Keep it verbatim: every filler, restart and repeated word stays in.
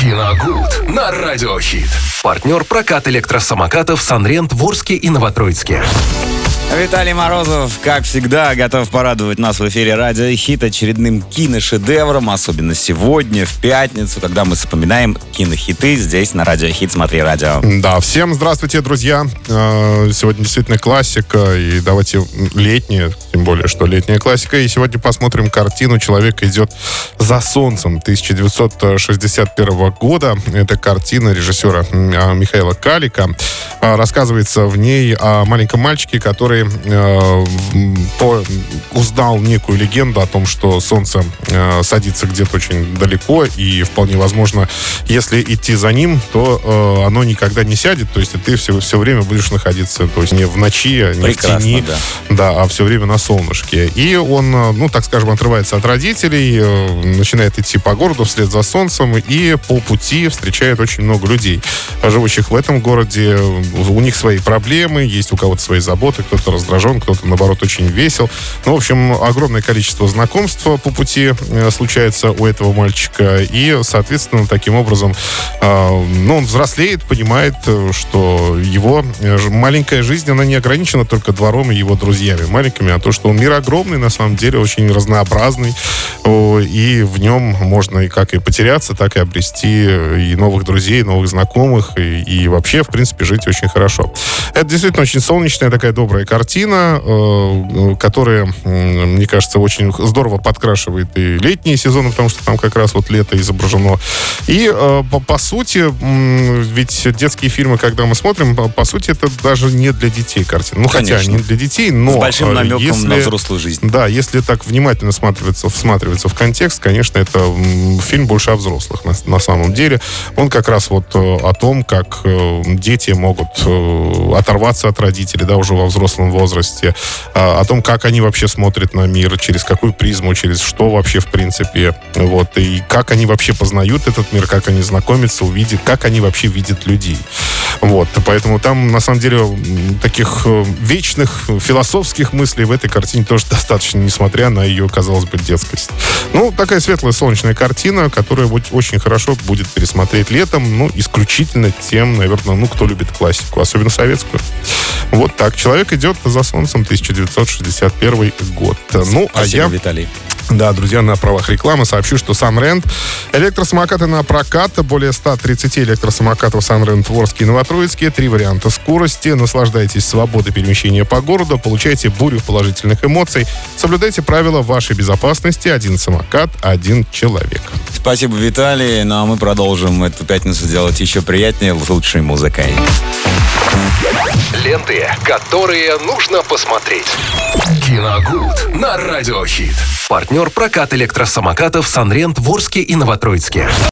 Киногуд на Радиохит. Партнер прокат электросамокатов «Санрент» в Орске и Новотроицке. Виталий Морозов, как всегда, готов порадовать нас в эфире Радио Хит очередным киношедевром, особенно сегодня, в пятницу, когда мы вспоминаем кинохиты здесь на Радио Хит. Смотри радио. Да, всем здравствуйте, друзья. Сегодня действительно классика, и давайте летняя, тем более, что летняя классика. И сегодня посмотрим картину «Человек идет за солнцем» тысяча девятьсот шестьдесят первого года. Это картина режиссера Михаила Калика. Рассказывается в ней о маленьком мальчике, который э, по, узнал некую легенду о том, что солнце э, садится где-то очень далеко, и вполне возможно, если идти за ним, то э, оно никогда не сядет, то есть ты все, все время будешь находиться, то есть не в ночи, не Прекрасно, в тени, да. Да, а все время на солнышке. И он, ну, так скажем, отрывается от родителей, э, начинает идти по городу вслед за солнцем, и по пути встречает очень много людей, живущих в этом городе. У них свои проблемы, есть у кого-то свои заботы, кто-то раздражен, кто-то, наоборот, очень весел. Ну, в общем, огромное количество знакомств по пути э, случается у этого мальчика. И, соответственно, таким образом, э, ну, он взрослеет, понимает, что его э, маленькая жизнь, она не ограничена только двором и его друзьями маленькими, а то, что он мир огромный, на самом деле, очень разнообразный. Э, и в нем можно и как и потеряться, так и обрести и новых друзей, и новых знакомых, и, и вообще, в принципе, жить очень хорошо. Это действительно очень солнечная такая добрая картина, э, которая, э, мне кажется, очень здорово подкрашивает и летние сезоны, потому что там как раз вот лето изображено. И, э, по, по сути, э, ведь детские фильмы, когда мы смотрим, по, по сути, это даже не для детей картина. Ну, Конечно. хотя не для детей, но... С большим намеком если, на взрослую жизнь. Да, если так внимательно всматриваться, всматриваться в контекст, конечно, это м, фильм больше о взрослых на, на самом деле. Он как раз вот э, о том, как э, дети могут э, оторваться от родителей, да, уже во взрослом возрасте, о том, как они вообще смотрят на мир, через какую призму, через что вообще, в принципе, вот, и как они вообще познают этот мир, как они знакомятся, увидят, как они вообще видят людей. Вот, поэтому там, на самом деле, таких вечных философских мыслей в этой картине тоже достаточно, несмотря на ее, казалось бы, детскость. Ну, такая светлая, солнечная картина, которая очень хорошо будет пересмотреть летом, ну, исключительно тем, наверное, ну, кто любит классику, особенно советскую. Вот так. «Человек идет за солнцем», тысяча девятьсот шестьдесят первый год. Ну, Спасибо, а я... Виталий. Да, друзья, на правах рекламы сообщу, что «Санрент» электросамокаты на прокат, более ста тридцати электросамокатов «Санрент» в Орске и Новотроицке, три варианта скорости, наслаждайтесь свободой перемещения по городу, получайте бурю положительных эмоций, соблюдайте правила вашей безопасности, один самокат, один человек. Спасибо, Виталий. Ну, а мы продолжим эту пятницу делать еще приятнее лучшей музыкой. Ленты, которые нужно посмотреть. Киногуд на Радиохит. Партнер прокат электросамокатов «Санрент» в Орске и Новотроицке.